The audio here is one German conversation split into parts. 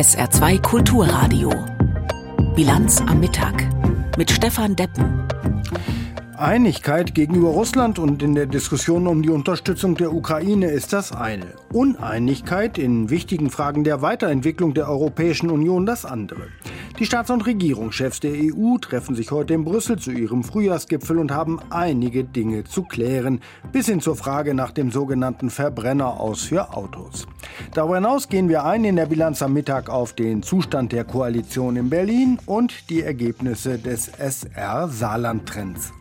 SR2 Kulturradio. Bilanz am Mittag mit Stefan Deppen. Einigkeit gegenüber Russland und in der Diskussion um die Unterstützung der Ukraine ist das eine. Uneinigkeit in wichtigen Fragen der Weiterentwicklung der Europäischen Union das andere. Die Staats- und Regierungschefs der EU treffen sich heute in Brüssel zu ihrem Frühjahrsgipfel und haben einige Dinge zu klären, bis hin zur Frage nach dem sogenannten Verbrenneraus für Autos. Darüber hinaus gehen wir ein in der Bilanz am Mittag auf den Zustand der Koalition in Berlin und die Ergebnisse des SR-Saarland-Trends.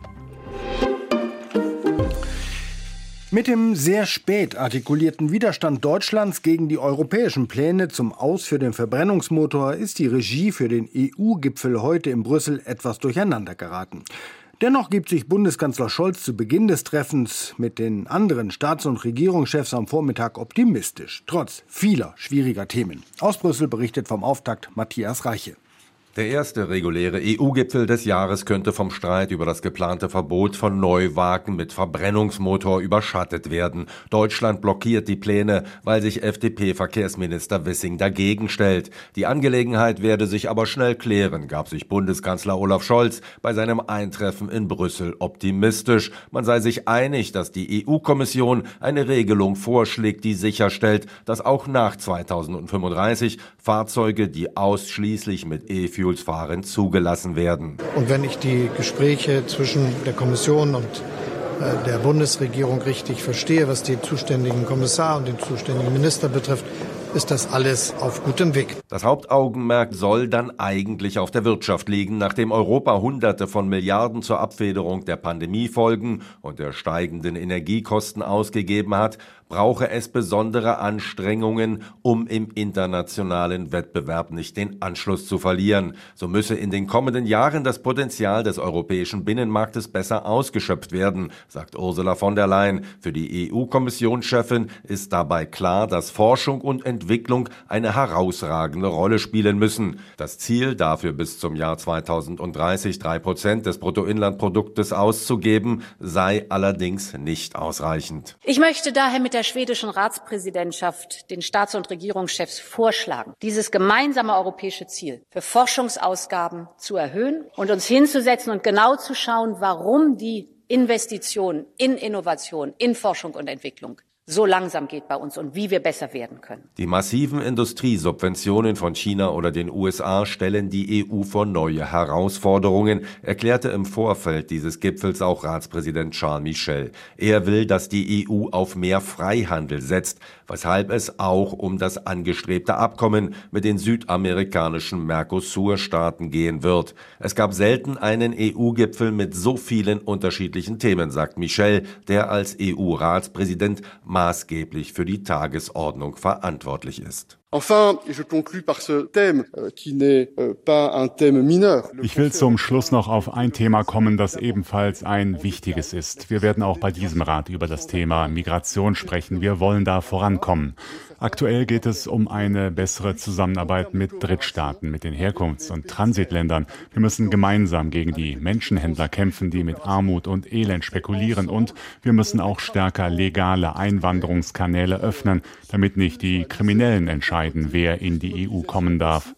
Mit dem sehr spät artikulierten Widerstand Deutschlands gegen die europäischen Pläne zum Aus für den Verbrennungsmotor ist die Regie für den EU-Gipfel heute in Brüssel etwas durcheinander geraten. Dennoch gibt sich Bundeskanzler Scholz zu Beginn des Treffens mit den anderen Staats- und Regierungschefs am Vormittag optimistisch, trotz vieler schwieriger Themen. Aus Brüssel berichtet vom Auftakt Matthias Reiche. Der erste reguläre EU-Gipfel des Jahres könnte vom Streit über das geplante Verbot von Neuwagen mit Verbrennungsmotor überschattet werden. Deutschland blockiert die Pläne, weil sich FDP-Verkehrsminister Wissing dagegen stellt. Die Angelegenheit werde sich aber schnell klären, gab sich Bundeskanzler Olaf Scholz bei seinem Eintreffen in Brüssel optimistisch. Man sei sich einig, dass die EU-Kommission eine Regelung vorschlägt, die sicherstellt, dass auch nach 2035 Fahrzeuge, die ausschließlich mit E-Fuels fahren, zugelassen werden. Und wenn ich die Gespräche zwischen der Kommission und der Bundesregierung richtig verstehe, was die zuständigen Kommissar und den zuständigen Minister betrifft, ist das alles auf gutem Weg. Das Hauptaugenmerk soll dann eigentlich auf der Wirtschaft liegen, nachdem Europa Hunderte von Milliarden zur Abfederung der Pandemiefolgen und der steigenden Energiekosten ausgegeben hat, brauche es besondere Anstrengungen, um im internationalen Wettbewerb nicht den Anschluss zu verlieren. So müsse in den kommenden Jahren das Potenzial des europäischen Binnenmarktes besser ausgeschöpft werden, sagt Ursula von der Leyen. Für die EU-Kommissionschefin ist dabei klar, dass Forschung und Entwicklung eine herausragende Rolle spielen müssen. Das Ziel, dafür bis zum Jahr 2030 3% des Bruttoinlandproduktes auszugeben, sei allerdings nicht ausreichend. Ich möchte daher mit der schwedischen Ratspräsidentschaft den Staats- und Regierungschefs vorschlagen, dieses gemeinsame europäische Ziel für Forschungsausgaben zu erhöhen und uns hinzusetzen und genau zu schauen, warum die Investition in Innovation, in Forschung und Entwicklung so langsam geht bei uns und wie wir besser werden können. Die massiven Industriesubventionen von China oder den USA stellen die EU vor neue Herausforderungen, erklärte im Vorfeld dieses Gipfels auch Ratspräsident Charles Michel. Er will, dass die EU auf mehr Freihandel setzt, weshalb es auch um das angestrebte Abkommen mit den südamerikanischen Mercosur-Staaten gehen wird. Es gab selten einen EU-Gipfel mit so vielen unterschiedlichen Themen, sagt Michel, der als EU-Ratspräsident maßgeblich für die Tagesordnung verantwortlich ist. Enfin, et je conclus par ce thème, qui n'est pas un thème mineur. Ich will zum Schluss noch auf ein Thema kommen, das ebenfalls ein wichtiges ist. Wir werden auch bei diesem Rat über das Thema Migration sprechen. Wir wollen da vorankommen. Aktuell geht es um eine bessere Zusammenarbeit mit Drittstaaten, mit den Herkunfts- und Transitländern. Wir müssen gemeinsam gegen die Menschenhändler kämpfen, die mit Armut und Elend spekulieren. Und wir müssen auch stärker legale Einwanderungskanäle öffnen, damit nicht die Kriminellen entscheiden, wer in die EU kommen darf.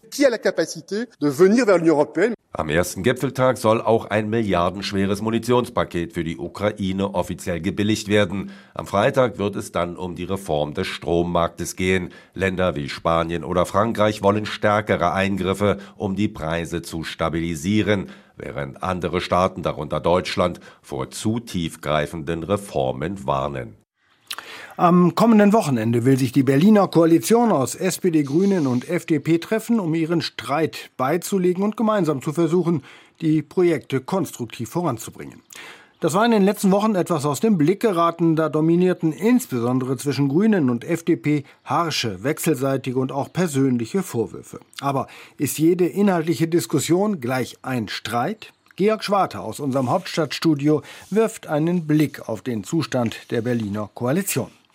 Am ersten Gipfeltag soll auch ein milliardenschweres Munitionspaket für die Ukraine offiziell gebilligt werden. Am Freitag wird es dann um die Reform des Strommarktes gehen. Länder wie Spanien oder Frankreich wollen stärkere Eingriffe, um die Preise zu stabilisieren, während andere Staaten, darunter Deutschland, vor zu tiefgreifenden Reformen warnen. Am kommenden Wochenende will sich die Berliner Koalition aus SPD, Grünen und FDP treffen, um ihren Streit beizulegen und gemeinsam zu versuchen, die Projekte konstruktiv voranzubringen. Das war in den letzten Wochen etwas aus dem Blick geraten, da dominierten insbesondere zwischen Grünen und FDP harsche, wechselseitige und auch persönliche Vorwürfe. Aber ist jede inhaltliche Diskussion gleich ein Streit? Georg Schwarte aus unserem Hauptstadtstudio wirft einen Blick auf den Zustand der Berliner Koalition.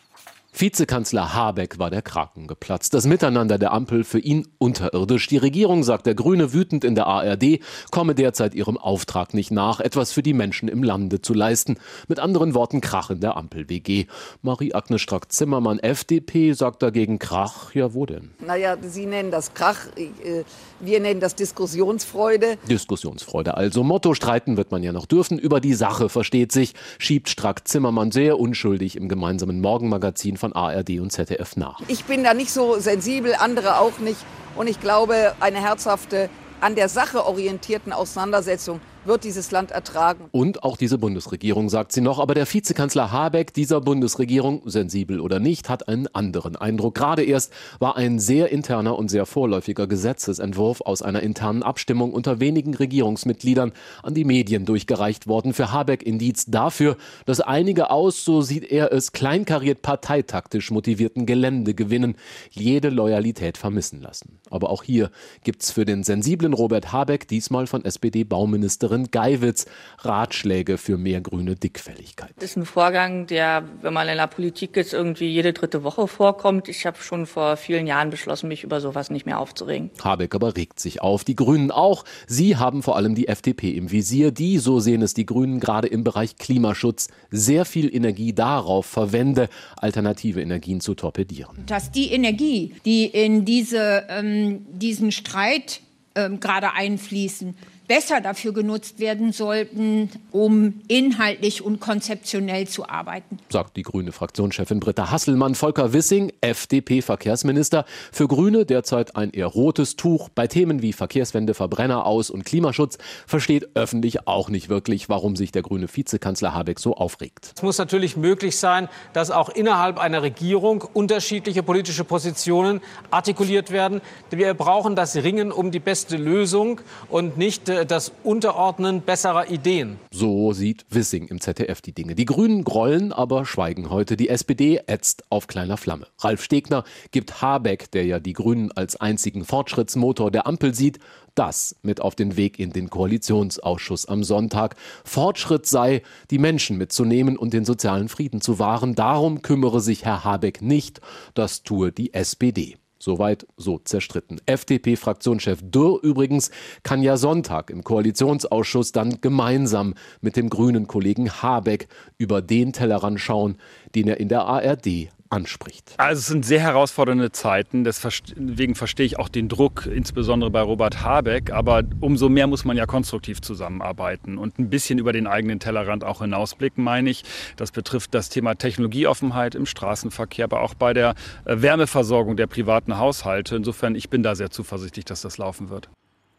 Vizekanzler Habeck war der Kraken geplatzt. Das Miteinander der Ampel für ihn unterirdisch. Die Regierung, sagt der Grüne wütend in der ARD, komme derzeit ihrem Auftrag nicht nach, etwas für die Menschen im Lande zu leisten. Mit anderen Worten, Krach in der Ampel-WG. Marie-Agnes Strack-Zimmermann, FDP, sagt dagegen Krach. Ja, wo denn? Naja, Sie nennen das Krach, wir nennen das Diskussionsfreude. Diskussionsfreude also. Motto, streiten wird man ja noch dürfen. Über die Sache, versteht sich, schiebt Strack-Zimmermann sehr unschuldig im gemeinsamen Morgenmagazin von ARD und ZDF nach. Ich bin da nicht so sensibel, andere auch nicht. Und ich glaube, eine herzhafte, an der Sache orientierten Auseinandersetzung wird dieses Land ertragen. Und auch diese Bundesregierung, sagt sie noch. Aber der Vizekanzler Habeck dieser Bundesregierung, sensibel oder nicht, hat einen anderen Eindruck. Gerade erst war ein sehr interner und sehr vorläufiger Gesetzesentwurf aus einer internen Abstimmung unter wenigen Regierungsmitgliedern an die Medien durchgereicht worden. Für Habeck Indiz dafür, dass einige aus, so sieht er es, kleinkariert parteitaktisch motivierten Geländegewinnen jede Loyalität vermissen lassen. Aber auch hier gibt's für den sensiblen Robert Habeck, diesmal von SPD-Bauministerin Geiwitz, Ratschläge für mehr grüne Dickfelligkeit. Das ist ein Vorgang, der, wenn man in der Politik jetzt irgendwie jede 3. Woche vorkommt. Ich habe schon vor vielen Jahren beschlossen, mich über sowas nicht mehr aufzuregen. Habeck aber regt sich auf. Die Grünen auch. Sie haben vor allem die FDP im Visier, die, so sehen es die Grünen, gerade im Bereich Klimaschutz sehr viel Energie darauf verwende, alternative Energien zu torpedieren. Dass die Energie, die in diesen Streit gerade einfließen, besser dafür genutzt werden sollten, um inhaltlich und konzeptionell zu arbeiten. Sagt die grüne Fraktionschefin Britta Hasselmann. Volker Wissing, FDP-Verkehrsminister, für Grüne derzeit ein eher rotes Tuch. Bei Themen wie Verkehrswende, Verbrenner aus und Klimaschutz versteht öffentlich auch nicht wirklich, warum sich der grüne Vizekanzler Habeck so aufregt. Es muss natürlich möglich sein, dass auch innerhalb einer Regierung unterschiedliche politische Positionen artikuliert werden. Wir brauchen das Ringen um die beste Lösung und nicht das Unterordnen besserer Ideen. So sieht Wissing im ZDF die Dinge. Die Grünen grollen, aber schweigen heute. Die SPD ätzt auf kleiner Flamme. Ralf Stegner gibt Habeck, der ja die Grünen als einzigen Fortschrittsmotor der Ampel sieht, das mit auf den Weg in den Koalitionsausschuss am Sonntag. Fortschritt sei, die Menschen mitzunehmen und den sozialen Frieden zu wahren. Darum kümmere sich Herr Habeck nicht. Das tue die SPD. Soweit, so zerstritten. FDP-Fraktionschef Dürr übrigens kann ja Sonntag im Koalitionsausschuss dann gemeinsam mit dem grünen Kollegen Habeck über den Tellerrand schauen, den er in der ARD anspricht. Also es sind sehr herausfordernde Zeiten, deswegen verstehe ich auch den Druck, insbesondere bei Robert Habeck, aber umso mehr muss man ja konstruktiv zusammenarbeiten und ein bisschen über den eigenen Tellerrand auch hinausblicken, meine ich. Das betrifft das Thema Technologieoffenheit im Straßenverkehr, aber auch bei der Wärmeversorgung der privaten Haushalte. Insofern, ich bin da sehr zuversichtlich, dass das laufen wird.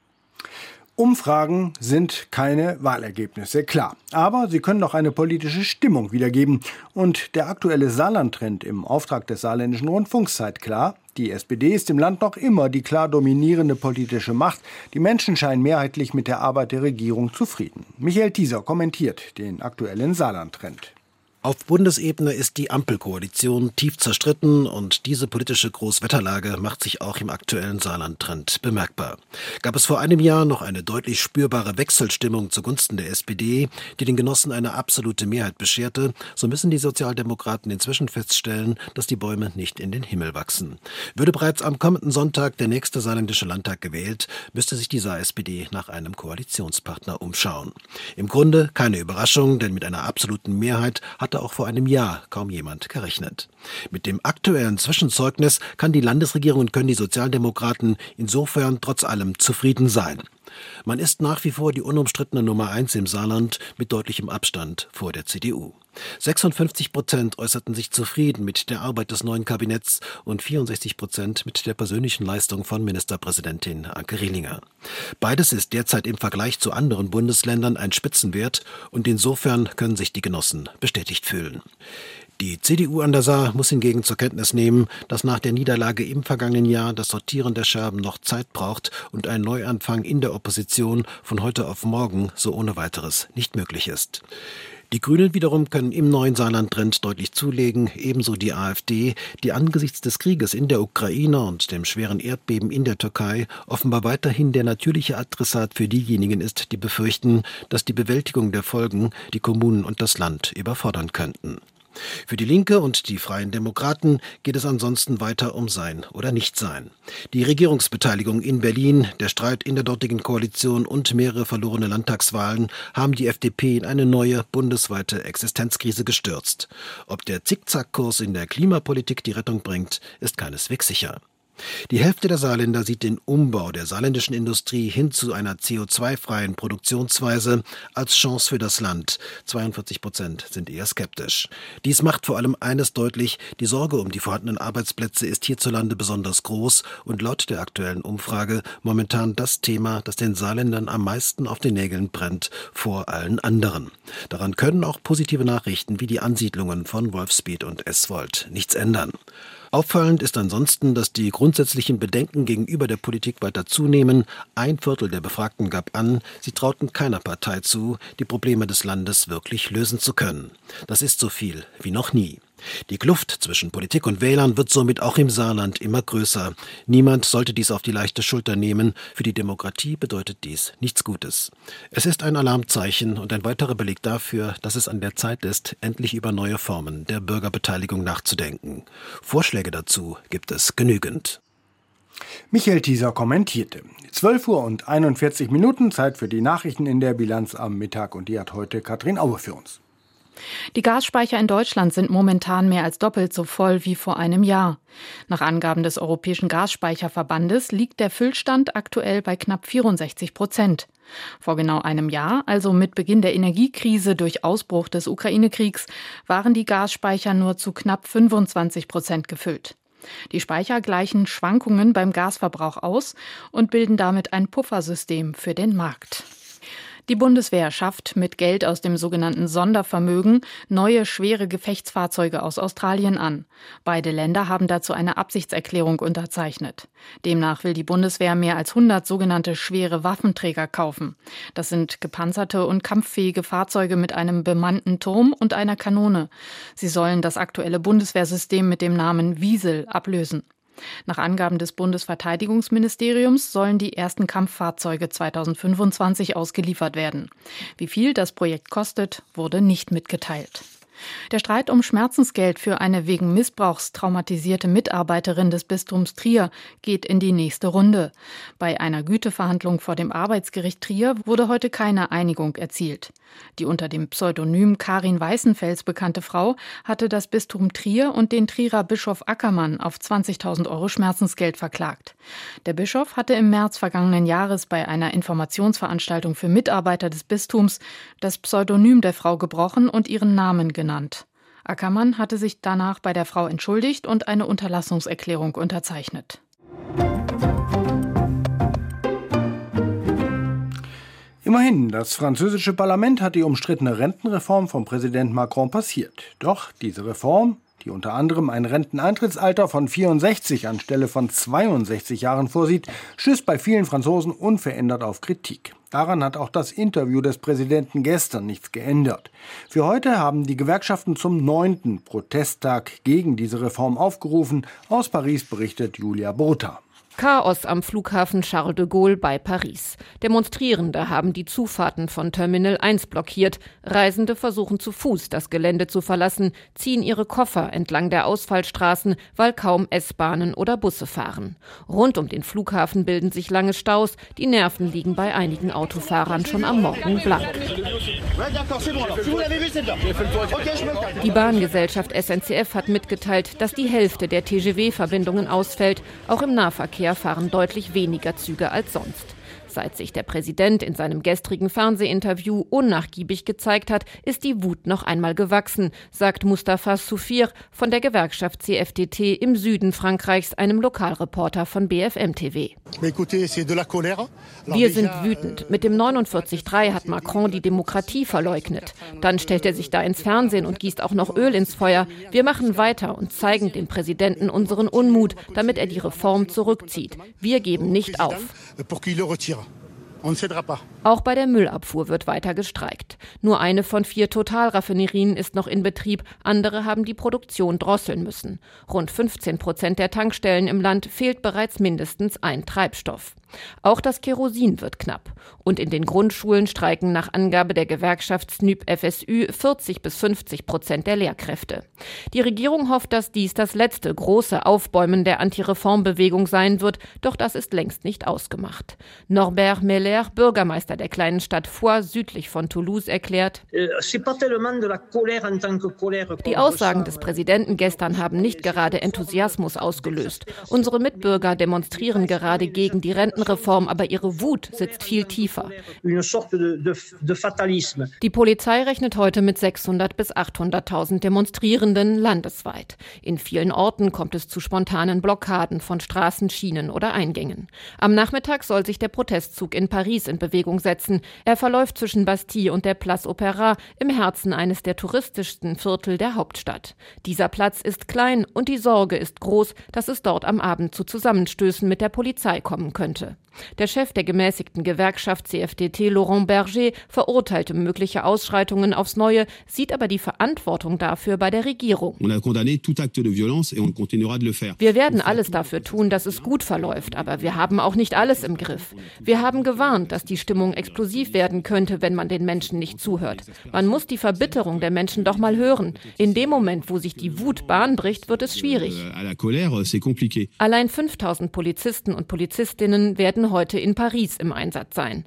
Umfragen sind keine Wahlergebnisse, klar. Aber sie können doch eine politische Stimmung wiedergeben. Und der aktuelle Saarland-Trend im Auftrag des Saarländischen Rundfunks zeigt klar, die SPD ist im Land noch immer die klar dominierende politische Macht. Die Menschen scheinen mehrheitlich mit der Arbeit der Regierung zufrieden. Michael Thieser kommentiert den aktuellen Saarland-Trend. Auf Bundesebene ist die Ampelkoalition tief zerstritten und diese politische Großwetterlage macht sich auch im aktuellen Saarland-Trend bemerkbar. Gab es vor einem Jahr noch eine deutlich spürbare Wechselstimmung zugunsten der SPD, die den Genossen eine absolute Mehrheit bescherte, so müssen die Sozialdemokraten inzwischen feststellen, dass die Bäume nicht in den Himmel wachsen. Würde bereits am kommenden Sonntag der nächste saarländische Landtag gewählt, müsste sich die Saar-SPD nach einem Koalitionspartner umschauen. Im Grunde keine Überraschung, denn mit einer absoluten Mehrheit hatte auch vor einem Jahr kaum jemand gerechnet. Mit dem aktuellen Zwischenzeugnis kann die Landesregierung und können die Sozialdemokraten insofern trotz allem zufrieden sein. Man ist nach wie vor die unumstrittene Nummer 1 im Saarland mit deutlichem Abstand vor der CDU. 56% äußerten sich zufrieden mit der Arbeit des neuen Kabinetts und 64% mit der persönlichen Leistung von Ministerpräsidentin Anke Rehlinger. Beides ist derzeit im Vergleich zu anderen Bundesländern ein Spitzenwert und insofern können sich die Genossen bestätigt fühlen. Die CDU an der Saar muss hingegen zur Kenntnis nehmen, dass nach der Niederlage im vergangenen Jahr das Sortieren der Scherben noch Zeit braucht und ein Neuanfang in der Opposition von heute auf morgen so ohne weiteres nicht möglich ist. Die Grünen wiederum können im neuen Saarland-Trend deutlich zulegen, ebenso die AfD, die angesichts des Krieges in der Ukraine und dem schweren Erdbeben in der Türkei offenbar weiterhin der natürliche Adressat für diejenigen ist, die befürchten, dass die Bewältigung der Folgen die Kommunen und das Land überfordern könnten. Für die Linke und die Freien Demokraten geht es ansonsten weiter um Sein oder Nichtsein. Die Regierungsbeteiligung in Berlin, der Streit in der dortigen Koalition und mehrere verlorene Landtagswahlen haben die FDP in eine neue bundesweite Existenzkrise gestürzt. Ob der Zickzackkurs in der Klimapolitik die Rettung bringt, ist keineswegs sicher. Die Hälfte der Saarländer sieht den Umbau der saarländischen Industrie hin zu einer CO2-freien Produktionsweise als Chance für das Land. 42% sind eher skeptisch. Dies macht vor allem eines deutlich: Die Sorge um die vorhandenen Arbeitsplätze ist hierzulande besonders groß und laut der aktuellen Umfrage momentan das Thema, das den Saarländern am meisten auf den Nägeln brennt, vor allen anderen. Daran können auch positive Nachrichten wie die Ansiedlungen von Wolfspeed und Eswold nichts ändern. Auffallend ist ansonsten, dass die grundsätzlichen Bedenken gegenüber der Politik weiter zunehmen. 1/4 der Befragten gab an, sie trauten keiner Partei zu, die Probleme des Landes wirklich lösen zu können. Das ist so viel wie noch nie. Die Kluft zwischen Politik und Wählern wird somit auch im Saarland immer größer. Niemand sollte dies auf die leichte Schulter nehmen. Für die Demokratie bedeutet dies nichts Gutes. Es ist ein Alarmzeichen und ein weiterer Beleg dafür, dass es an der Zeit ist, endlich über neue Formen der Bürgerbeteiligung nachzudenken. Vorschläge dazu gibt es genügend. Michael Thieser kommentierte. 12:41 Uhr, Zeit für die Nachrichten in der Bilanz am Mittag, und die hat heute Katrin Aue für uns. Die Gasspeicher in Deutschland sind momentan mehr als doppelt so voll wie vor einem Jahr. Nach Angaben des Europäischen Gasspeicherverbandes liegt der Füllstand aktuell bei knapp 64%. Vor genau einem Jahr, also mit Beginn der Energiekrise durch Ausbruch des Ukraine-Kriegs, waren die Gasspeicher nur zu knapp 25% gefüllt. Die Speicher gleichen Schwankungen beim Gasverbrauch aus und bilden damit ein Puffersystem für den Markt. Die Bundeswehr schafft mit Geld aus dem sogenannten Sondervermögen neue schwere Gefechtsfahrzeuge aus Australien an. Beide Länder haben dazu eine Absichtserklärung unterzeichnet. Demnach will die Bundeswehr mehr als 100 sogenannte schwere Waffenträger kaufen. Das sind gepanzerte und kampffähige Fahrzeuge mit einem bemannten Turm und einer Kanone. Sie sollen das aktuelle Bundeswehrsystem mit dem Namen Wiesel ablösen. Nach Angaben des Bundesverteidigungsministeriums sollen die ersten Kampffahrzeuge 2025 ausgeliefert werden. Wie viel das Projekt kostet, wurde nicht mitgeteilt. Der Streit um Schmerzensgeld für eine wegen Missbrauchs traumatisierte Mitarbeiterin des Bistums Trier geht in die nächste Runde. Bei einer Güteverhandlung vor dem Arbeitsgericht Trier wurde heute keine Einigung erzielt. Die unter dem Pseudonym Karin Weißenfels bekannte Frau hatte das Bistum Trier und den Trierer Bischof Ackermann auf 20.000 € Schmerzensgeld verklagt. Der Bischof hatte im März vergangenen Jahres bei einer Informationsveranstaltung für Mitarbeiter des Bistums das Pseudonym der Frau gebrochen und ihren Namen genannt. Ackermann hatte sich danach bei der Frau entschuldigt und eine Unterlassungserklärung unterzeichnet. Immerhin, das französische Parlament hat die umstrittene Rentenreform von Präsident Macron passiert. Doch diese Reform, die unter anderem ein Renteneintrittsalter von 64 anstelle von 62 Jahren vorsieht, stößt bei vielen Franzosen unverändert auf Kritik. Daran hat auch das Interview des Präsidenten gestern nichts geändert. Für heute haben die Gewerkschaften zum 9. Protesttag gegen diese Reform aufgerufen. Aus Paris berichtet Julia Botha. Chaos am Flughafen Charles de Gaulle bei Paris. Demonstrierende haben die Zufahrten von Terminal 1 blockiert. Reisende versuchen zu Fuß das Gelände zu verlassen, ziehen ihre Koffer entlang der Ausfallstraßen, weil kaum S-Bahnen oder Busse fahren. Rund um den Flughafen bilden sich lange Staus. Die Nerven liegen bei einigen Autofahrern schon am Morgen blank. Die Bahngesellschaft SNCF hat mitgeteilt, dass die Hälfte der TGV-Verbindungen ausfällt. Auch im Nahverkehr fahren deutlich weniger Züge als sonst. Seit sich der Präsident in seinem gestrigen Fernsehinterview unnachgiebig gezeigt hat, ist die Wut noch einmal gewachsen, sagt Mustafa Soufir von der Gewerkschaft CFDT im Süden Frankreichs, einem Lokalreporter von BFM TV. Wir sind wütend. Mit dem 49.3 hat Macron die Demokratie verleugnet. Dann stellt er sich da ins Fernsehen und gießt auch noch Öl ins Feuer. Wir machen weiter und zeigen dem Präsidenten unseren Unmut, damit er die Reform zurückzieht. Wir geben nicht auf. Auch bei der Müllabfuhr wird weiter gestreikt. Nur eine von 4 Total-Raffinerien ist noch in Betrieb, andere haben die Produktion drosseln müssen. Rund 15% der Tankstellen im Land fehlt bereits mindestens ein Treibstoff. Auch das Kerosin wird knapp. Und in den Grundschulen streiken nach Angabe der Gewerkschaft SNÜP-FSÜ 40-50% der Lehrkräfte. Die Regierung hofft, dass dies das letzte große Aufbäumen der Antireformbewegung sein wird, doch das ist längst nicht ausgemacht. Norbert Meller, Bürgermeister der kleinen Stadt Foix südlich von Toulouse, erklärt: Die Aussagen des Präsidenten gestern haben nicht gerade Enthusiasmus ausgelöst. Unsere Mitbürger demonstrieren gerade gegen die Rentenreform, aber ihre Wut sitzt viel tiefer. Die Polizei rechnet heute mit 600.000 bis 800.000 Demonstrierenden landesweit. In vielen Orten kommt es zu spontanen Blockaden von Straßen, Schienen oder Eingängen. Am Nachmittag soll sich der Protestzug in Paris in Bewegung setzen. Er verläuft zwischen Bastille und der Place Opéra im Herzen eines der touristischsten Viertel der Hauptstadt. Dieser Platz ist klein und die Sorge ist groß, dass es dort am Abend zu Zusammenstößen mit der Polizei kommen könnte. Der Chef der gemäßigten Gewerkschaft CFDT, Laurent Berger, verurteilte mögliche Ausschreitungen aufs Neue, sieht aber die Verantwortung dafür bei der Regierung. Wir werden alles dafür tun, dass es gut verläuft, aber wir haben auch nicht alles im Griff. Wir haben gewarnt, dass die Stimmung explosiv werden könnte, wenn man den Menschen nicht zuhört. Man muss die Verbitterung der Menschen doch mal hören. In dem Moment, wo sich die Wut Bahn bricht, wird es schwierig. Allein 5.000 Polizisten und Polizistinnen werden heute in Paris im Einsatz sein.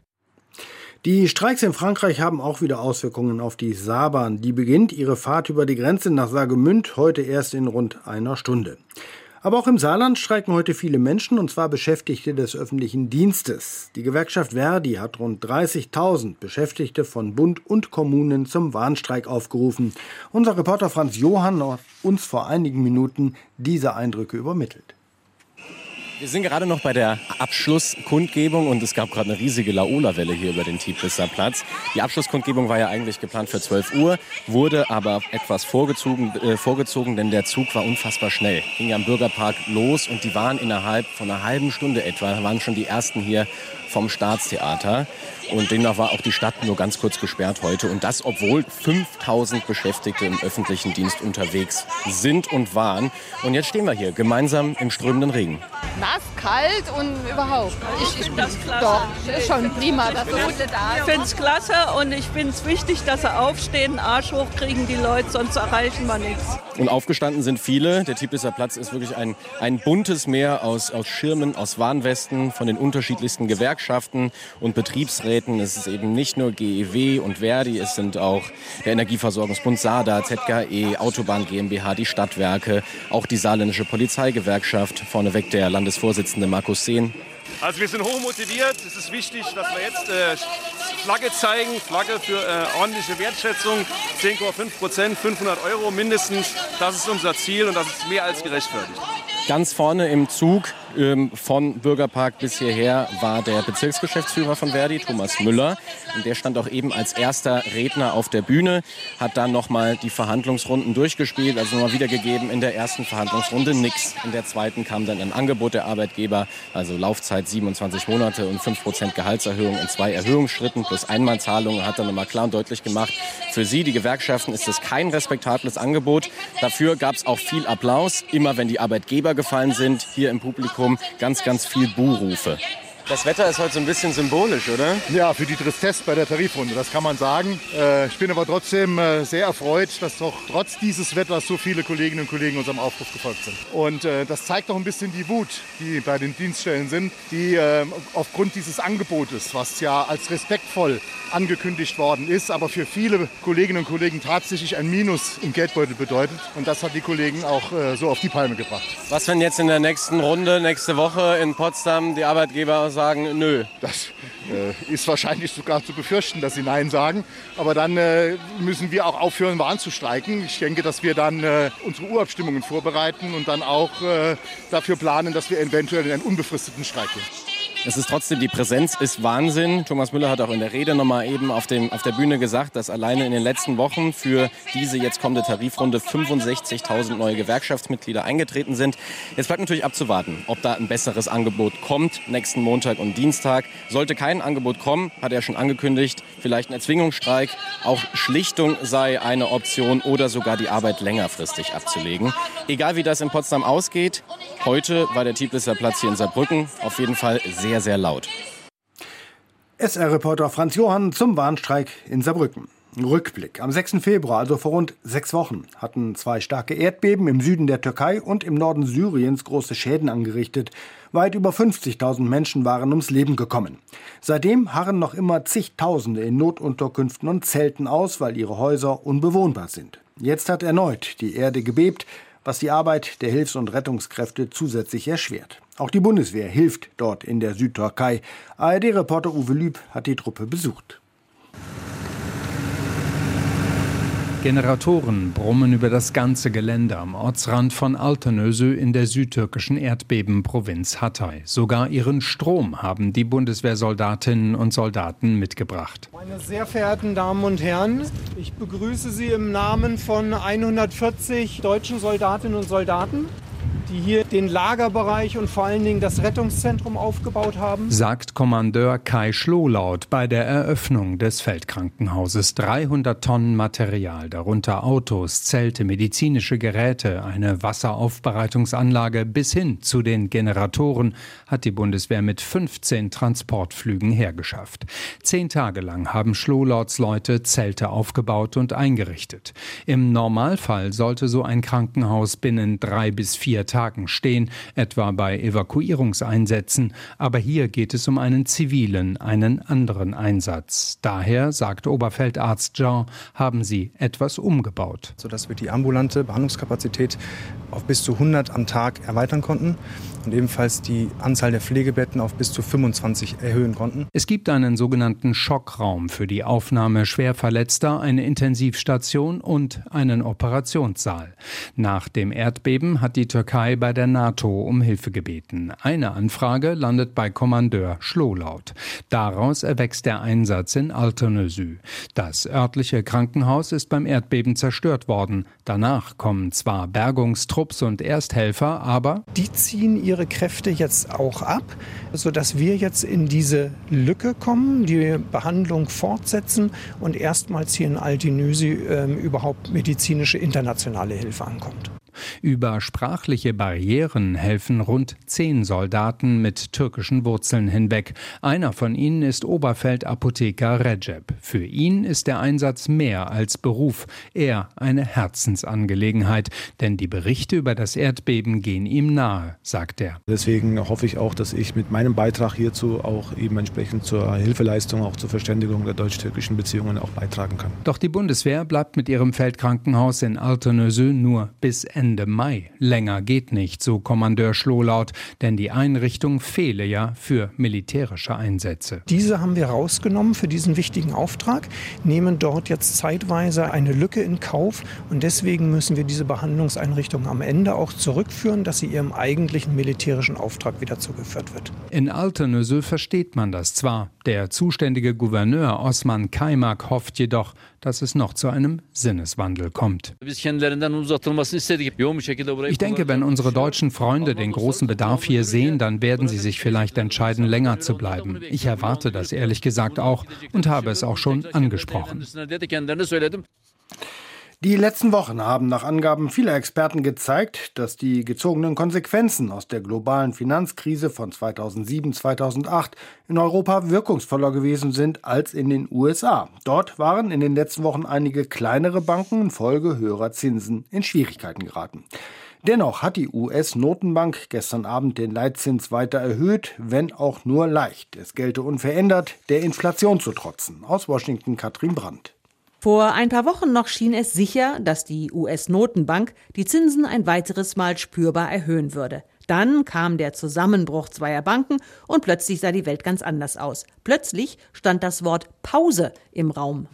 Die Streiks in Frankreich haben auch wieder Auswirkungen auf die Saarbahn. Die beginnt ihre Fahrt über die Grenze nach Saargemünd heute erst in rund einer Stunde. Aber auch im Saarland streiken heute viele Menschen, und zwar Beschäftigte des öffentlichen Dienstes. Die Gewerkschaft Verdi hat rund 30.000 Beschäftigte von Bund und Kommunen zum Warnstreik aufgerufen. Unser Reporter Franz Johann hat uns vor einigen Minuten diese Eindrücke übermittelt. Wir sind gerade noch bei der Abschlusskundgebung und es gab gerade eine riesige Laola-Welle hier über den Tiblisser Platz. Die Abschlusskundgebung war ja eigentlich geplant für 12 Uhr, wurde aber etwas vorgezogen, denn der Zug war unfassbar schnell. Ging am Bürgerpark los und die waren innerhalb von einer halben Stunde etwa, waren schon die ersten hier vom Staatstheater. Und demnach war auch die Stadt nur ganz kurz gesperrt heute. Und das, obwohl 5.000 Beschäftigte im öffentlichen Dienst unterwegs sind und waren. Und jetzt stehen wir hier gemeinsam im strömenden Regen. Nass, kalt und überhaupt. Ich finde das klasse. Doch, ist schon prima, dass so viele da sind. Ich finde es klasse und ich finde es wichtig, dass sie aufstehen, Arsch hochkriegen die Leute, sonst erreichen wir nichts. Und aufgestanden sind viele. Der Tiblisser Platz ist wirklich ein buntes Meer aus Schirmen, aus Warnwesten von den unterschiedlichsten Gewerkschaften und Betriebsräten. Es ist eben nicht nur GEW und Verdi, es sind auch der Energieversorgungsbund SADA, ZKE, Autobahn GmbH, die Stadtwerke, auch die saarländische Polizeigewerkschaft, vorneweg der Landesvorsitzende Markus Sehn. Also wir sind hochmotiviert. Es ist wichtig, dass wir jetzt Flagge zeigen, Flagge für ordentliche Wertschätzung, 10,5%, 500 € mindestens. Das ist unser Ziel und das ist mehr als gerechtfertigt. Ganz vorne im Zug von Bürgerpark bis hierher war der Bezirksgeschäftsführer von Verdi, Thomas Müller. Und der stand auch eben als erster Redner auf der Bühne, hat dann nochmal die Verhandlungsrunden durchgespielt, also nochmal wiedergegeben. In der ersten Verhandlungsrunde nix. In der zweiten kam dann ein Angebot der Arbeitgeber, also Laufzeit 27 Monate und 5% Gehaltserhöhung in 2 Erhöhungsschritten plus Einmalzahlungen. Hat dann nochmal klar und deutlich gemacht, für sie, die Gewerkschaften, ist es kein respektables Angebot. Dafür gab es auch viel Applaus. Immer wenn die Arbeitgeber gefallen sind, hier im Publikum ganz, ganz viel Buhrufe. Das Wetter ist heute so ein bisschen symbolisch, oder? Ja, für die Tristesse bei der Tarifrunde, das kann man sagen. Ich bin aber trotzdem sehr erfreut, dass doch trotz dieses Wetters so viele Kolleginnen und Kollegen unserem Aufruf gefolgt sind. Und das zeigt doch ein bisschen die Wut, die bei den Dienststellen sind, die aufgrund dieses Angebotes, was ja als respektvoll angekündigt worden ist, aber für viele Kolleginnen und Kollegen tatsächlich ein Minus im Geldbeutel bedeutet. Und das hat die Kollegen auch so auf die Palme gebracht. Was, wenn jetzt in der nächsten Runde, nächste Woche in Potsdam die Arbeitgeber sagen, nö? Das ist wahrscheinlich sogar zu befürchten, dass sie Nein sagen. Aber dann müssen wir auch aufhören, warnzustreiken. Ich denke, dass wir dann unsere Urabstimmungen vorbereiten und dann auch dafür planen, dass wir eventuell in einen unbefristeten Streik gehen. Es ist trotzdem, die Präsenz ist Wahnsinn. Thomas Müller hat auch in der Rede nochmal eben auf der Bühne gesagt, dass alleine in den letzten Wochen für diese jetzt kommende Tarifrunde 65.000 neue Gewerkschaftsmitglieder eingetreten sind. Jetzt bleibt natürlich abzuwarten, ob da ein besseres Angebot kommt, nächsten Montag und Dienstag. Sollte kein Angebot kommen, hat er schon angekündigt, vielleicht ein Erzwingungsstreik. Auch Schlichtung sei eine Option oder sogar die Arbeit längerfristig abzulegen. Egal wie das in Potsdam ausgeht, heute war der Tiblisser Platz hier in Saarbrücken auf jeden Fall sehr sehr, sehr laut. SR-Reporter Franz Johann zum Warnstreik in Saarbrücken. Rückblick. Am 6. Februar, also vor rund 6 Wochen, hatten 2 starke Erdbeben im Süden der Türkei und im Norden Syriens große Schäden angerichtet. Weit über 50.000 Menschen waren ums Leben gekommen. Seitdem harren noch immer zigtausende in Notunterkünften und Zelten aus, weil ihre Häuser unbewohnbar sind. Jetzt hat erneut die Erde gebebt, was die Arbeit der Hilfs- und Rettungskräfte zusätzlich erschwert. Auch die Bundeswehr hilft dort in der Südtürkei. ARD-Reporter Uwe Lüb hat die Truppe besucht. Generatoren brummen über das ganze Gelände am Ortsrand von Altınözü in der südtürkischen Erdbebenprovinz Hatay. Sogar ihren Strom haben die Bundeswehrsoldatinnen und Soldaten mitgebracht. Meine sehr verehrten Damen und Herren, ich begrüße Sie im Namen von 140 deutschen Soldatinnen und Soldaten, die hier den Lagerbereich und vor allen Dingen das Rettungszentrum aufgebaut haben, sagt Kommandeur Kai Schlohlaut bei der Eröffnung des Feldkrankenhauses. 300 Tonnen Material, darunter Autos, Zelte, medizinische Geräte, eine Wasseraufbereitungsanlage bis hin zu den Generatoren hat die Bundeswehr mit 15 Transportflügen hergeschafft. 10 Tage lang haben Schlohlauts Leute Zelte aufgebaut und eingerichtet. Im Normalfall sollte so ein Krankenhaus binnen 3 bis 4 Tagen stehen, etwa bei Evakuierungseinsätzen. Aber hier geht es um einen zivilen, einen anderen Einsatz. Daher, sagt Oberfeldarzt Jean, haben sie etwas umgebaut. Sodass wir die ambulante Behandlungskapazität auf bis zu 100 am Tag erweitern konnten und ebenfalls die Anzahl der Pflegebetten auf bis zu 25 erhöhen konnten. Es gibt einen sogenannten Schockraum für die Aufnahme Schwerverletzter, eine Intensivstation und einen Operationssaal. Nach dem Erdbeben hat die Türkei bei der NATO um Hilfe gebeten. Eine Anfrage landet bei Kommandeur Schlohlaut. Daraus erwächst der Einsatz in Altınözü. Das örtliche Krankenhaus ist beim Erdbeben zerstört worden. Danach kommen zwar Bergungstrupps und Ersthelfer, aber die ziehen ihre Kräfte jetzt auch ab, sodass wir jetzt in diese Lücke kommen, die Behandlung fortsetzen und erstmals hier in Altınözü überhaupt medizinische internationale Hilfe ankommt. Über sprachliche Barrieren helfen rund 10 Soldaten mit türkischen Wurzeln hinweg. Einer von ihnen ist Oberfeldapotheker Recep. Für ihn ist der Einsatz mehr als Beruf, eher eine Herzensangelegenheit. Denn die Berichte über das Erdbeben gehen ihm nahe, sagt er. Deswegen hoffe ich auch, dass ich mit meinem Beitrag hierzu auch eben entsprechend zur Hilfeleistung, auch zur Verständigung der deutsch-türkischen Beziehungen auch beitragen kann. Doch die Bundeswehr bleibt mit ihrem Feldkrankenhaus in Altınözü nur bis Ende Mai. Länger geht nicht, so Kommandeur Schlohlaut, denn die Einrichtung fehle ja für militärische Einsätze. Diese haben wir rausgenommen für diesen wichtigen Auftrag, nehmen dort jetzt zeitweise eine Lücke in Kauf und deswegen müssen wir diese Behandlungseinrichtung am Ende auch zurückführen, dass sie ihrem eigentlichen militärischen Auftrag wieder zugeführt wird. In Altınözü versteht man das zwar. Der zuständige Gouverneur Osman Kaymak hofft jedoch, dass es noch zu einem Sinneswandel kommt. Ich denke, wenn unsere deutschen Freunde den großen Bedarf hier sehen, dann werden sie sich vielleicht entscheiden, länger zu bleiben. Ich erwarte das ehrlich gesagt auch und habe es auch schon angesprochen. Die letzten Wochen haben nach Angaben vieler Experten gezeigt, dass die gezogenen Konsequenzen aus der globalen Finanzkrise von 2007-2008 in Europa wirkungsvoller gewesen sind als in den USA. Dort waren in den letzten Wochen einige kleinere Banken infolge höherer Zinsen in Schwierigkeiten geraten. Dennoch hat die US-Notenbank gestern Abend den Leitzins weiter erhöht, wenn auch nur leicht. Es gelte unverändert, der Inflation zu trotzen. Aus Washington Katrin Brandt. Vor ein paar Wochen noch schien es sicher, dass die US-Notenbank die Zinsen ein weiteres Mal spürbar erhöhen würde. Dann kam der Zusammenbruch zweier Banken und plötzlich sah die Welt ganz anders aus. Plötzlich stand das Wort Pause im Raum.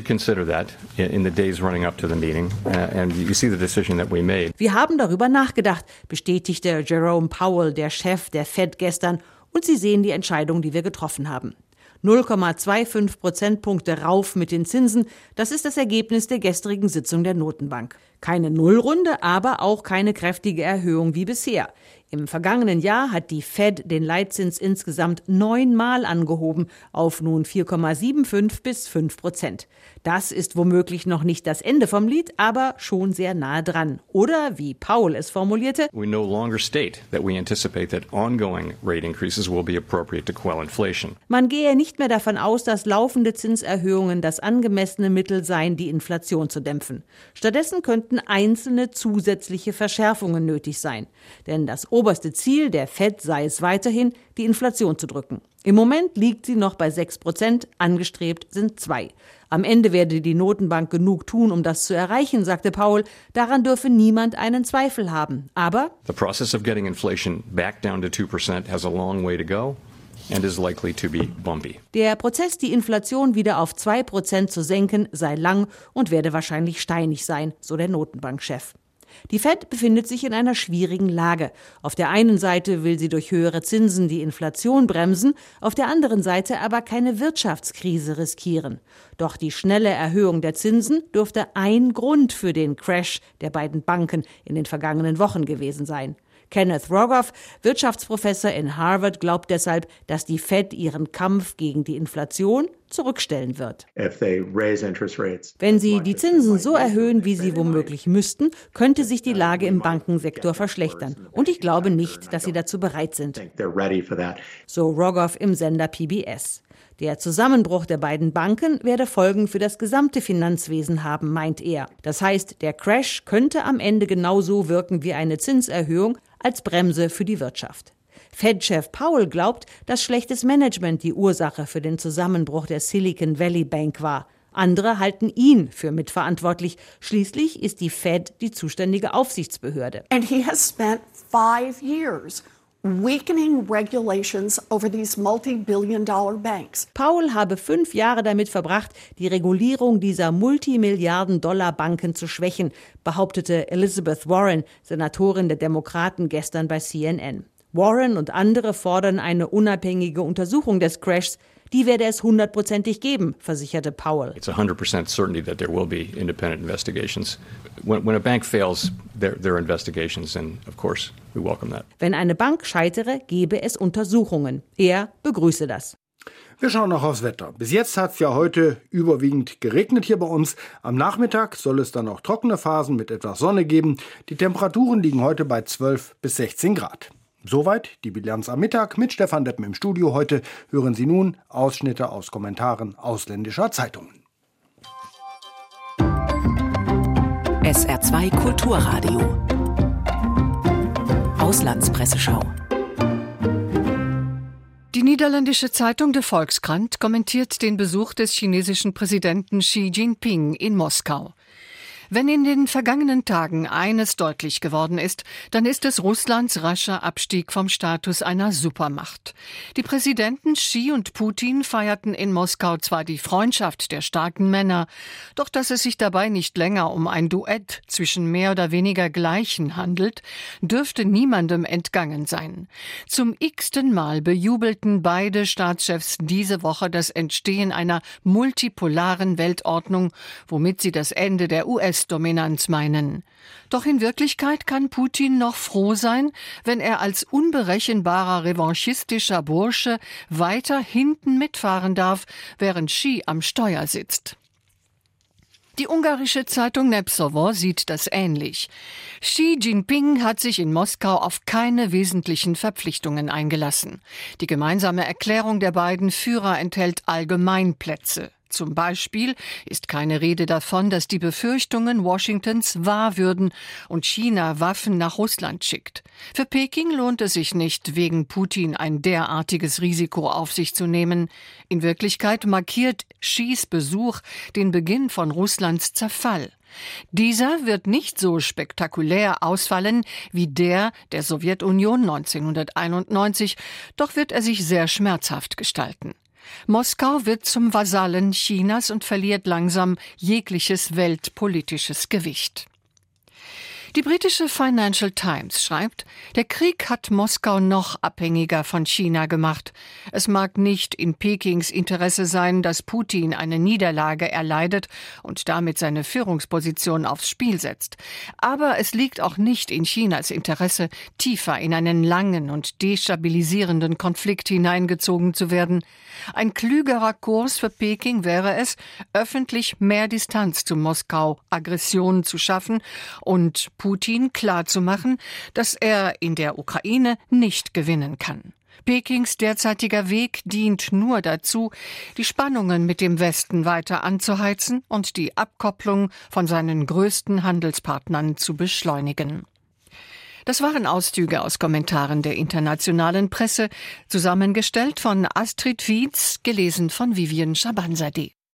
Wir haben darüber nachgedacht, bestätigte Jerome Powell, der Chef der Fed, gestern, und Sie sehen die Entscheidung, die wir getroffen haben. 0,25 Prozentpunkte rauf mit den Zinsen. Das ist das Ergebnis der gestrigen Sitzung der Notenbank. Keine Nullrunde, aber auch keine kräftige Erhöhung wie bisher. Im vergangenen Jahr hat die Fed den Leitzins insgesamt 9-mal angehoben auf nun 4,75 bis 5%. Das ist womöglich noch nicht das Ende vom Lied, aber schon sehr nahe dran. Oder, wie Powell es formulierte, We no longer state that we anticipate that ongoing rate increases will be appropriate to quell inflation. Man gehe nicht mehr davon aus, dass laufende Zinserhöhungen das angemessene Mittel seien, die Inflation zu dämpfen. Stattdessen könnten einzelne zusätzliche Verschärfungen nötig sein. Denn das oberste Ziel der Fed sei es weiterhin, die Inflation zu drücken. Im Moment liegt sie noch bei 6%, angestrebt sind 2%. Am Ende werde die Notenbank genug tun, um das zu erreichen, sagte Powell. Daran dürfe niemand einen Zweifel haben. Aber The process of getting inflation back down to 2% has a long way to go and is likely to be bumpy. Der Prozess, die Inflation wieder auf 2% zu senken, sei lang und werde wahrscheinlich steinig sein, so der Notenbankchef. Die Fed befindet sich in einer schwierigen Lage. Auf der einen Seite will sie durch höhere Zinsen die Inflation bremsen, auf der anderen Seite aber keine Wirtschaftskrise riskieren. Doch die schnelle Erhöhung der Zinsen dürfte ein Grund für den Crash der beiden Banken in den vergangenen Wochen gewesen sein. Kenneth Rogoff, Wirtschaftsprofessor in Harvard, glaubt deshalb, dass die Fed ihren Kampf gegen die Inflation zurückstellen wird. Wenn sie die Zinsen so erhöhen, wie sie womöglich müssten, könnte sich die Lage im Bankensektor verschlechtern. Und ich glaube nicht, dass sie dazu bereit sind. So Rogoff im Sender PBS. Der Zusammenbruch der beiden Banken werde Folgen für das gesamte Finanzwesen haben, meint er. Das heißt, der Crash könnte am Ende genauso wirken wie eine Zinserhöhung als Bremse für die Wirtschaft. Fed-Chef Powell glaubt, dass schlechtes Management die Ursache für den Zusammenbruch der Silicon Valley Bank war. Andere halten ihn für mitverantwortlich. Schließlich ist die Fed die zuständige Aufsichtsbehörde. And he has spent 5 years weakening regulations over these multi-billion-dollar banks. Powell habe 5 Jahre damit verbracht, die Regulierung dieser Multimilliarden-Dollar-Banken zu schwächen, behauptete Elizabeth Warren, Senatorin der Demokraten, gestern bei CNN. Warren und andere fordern eine unabhängige Untersuchung des Crashs. Die werde es 100%ig geben, versicherte Powell. It's 100% certainty that there will be independent investigations. When a bank fails, there are investigations, and of course we welcome that. Wenn eine Bank scheitere, gebe es Untersuchungen. Er begrüße das. Wir schauen noch aufs Wetter. Bis jetzt hat es ja heute überwiegend geregnet hier bei uns. Am Nachmittag soll es dann auch trockene Phasen mit etwas Sonne geben. Die Temperaturen liegen heute bei 12 bis 16 Grad. Soweit die Bilanz am Mittag mit Stefan Deppen im Studio. Heute hören Sie nun Ausschnitte aus Kommentaren ausländischer Zeitungen. SR2 Kulturradio. Auslandspresseschau. Die niederländische Zeitung De Volkskrant kommentiert den Besuch des chinesischen Präsidenten Xi Jinping in Moskau. Wenn in den vergangenen Tagen eines deutlich geworden ist, dann ist es Russlands rascher Abstieg vom Status einer Supermacht. Die Präsidenten Xi und Putin feierten in Moskau zwar die Freundschaft der starken Männer, doch dass es sich dabei nicht länger um ein Duett zwischen mehr oder weniger Gleichen handelt, dürfte niemandem entgangen sein. Zum x-ten Mal bejubelten beide Staatschefs diese Woche das Entstehen einer multipolaren Weltordnung, womit sie das Ende der US-Dominanz meinen. Doch in Wirklichkeit kann Putin noch froh sein, wenn er als unberechenbarer revanchistischer Bursche weiter hinten mitfahren darf, während Xi am Steuer sitzt. Die ungarische Zeitung Népszava sieht das ähnlich. Xi Jinping hat sich in Moskau auf keine wesentlichen Verpflichtungen eingelassen. Die gemeinsame Erklärung der beiden Führer enthält Allgemeinplätze. Zum Beispiel ist keine Rede davon, dass die Befürchtungen Washingtons wahr würden und China Waffen nach Russland schickt. Für Peking lohnt es sich nicht, wegen Putin ein derartiges Risiko auf sich zu nehmen. In Wirklichkeit markiert Xis Besuch den Beginn von Russlands Zerfall. Dieser wird nicht so spektakulär ausfallen wie der Sowjetunion 1991, doch wird er sich sehr schmerzhaft gestalten. Moskau wird zum Vasallen Chinas und verliert langsam jegliches weltpolitisches Gewicht. Die britische Financial Times schreibt, der Krieg hat Moskau noch abhängiger von China gemacht. Es mag nicht in Pekings Interesse sein, dass Putin eine Niederlage erleidet und damit seine Führungsposition aufs Spiel setzt. Aber es liegt auch nicht in Chinas Interesse, tiefer in einen langen und destabilisierenden Konflikt hineingezogen zu werden. Ein klügerer Kurs für Peking wäre es, öffentlich mehr Distanz zu Moskau, Aggression zu schaffen und Putin klarzumachen, dass er in der Ukraine nicht gewinnen kann. Pekings derzeitiger Weg dient nur dazu, die Spannungen mit dem Westen weiter anzuheizen und die Abkopplung von seinen größten Handelspartnern zu beschleunigen. Das waren Auszüge aus Kommentaren der internationalen Presse, zusammengestellt von Astrid Wietz, gelesen von Vivian Schabanzadeh.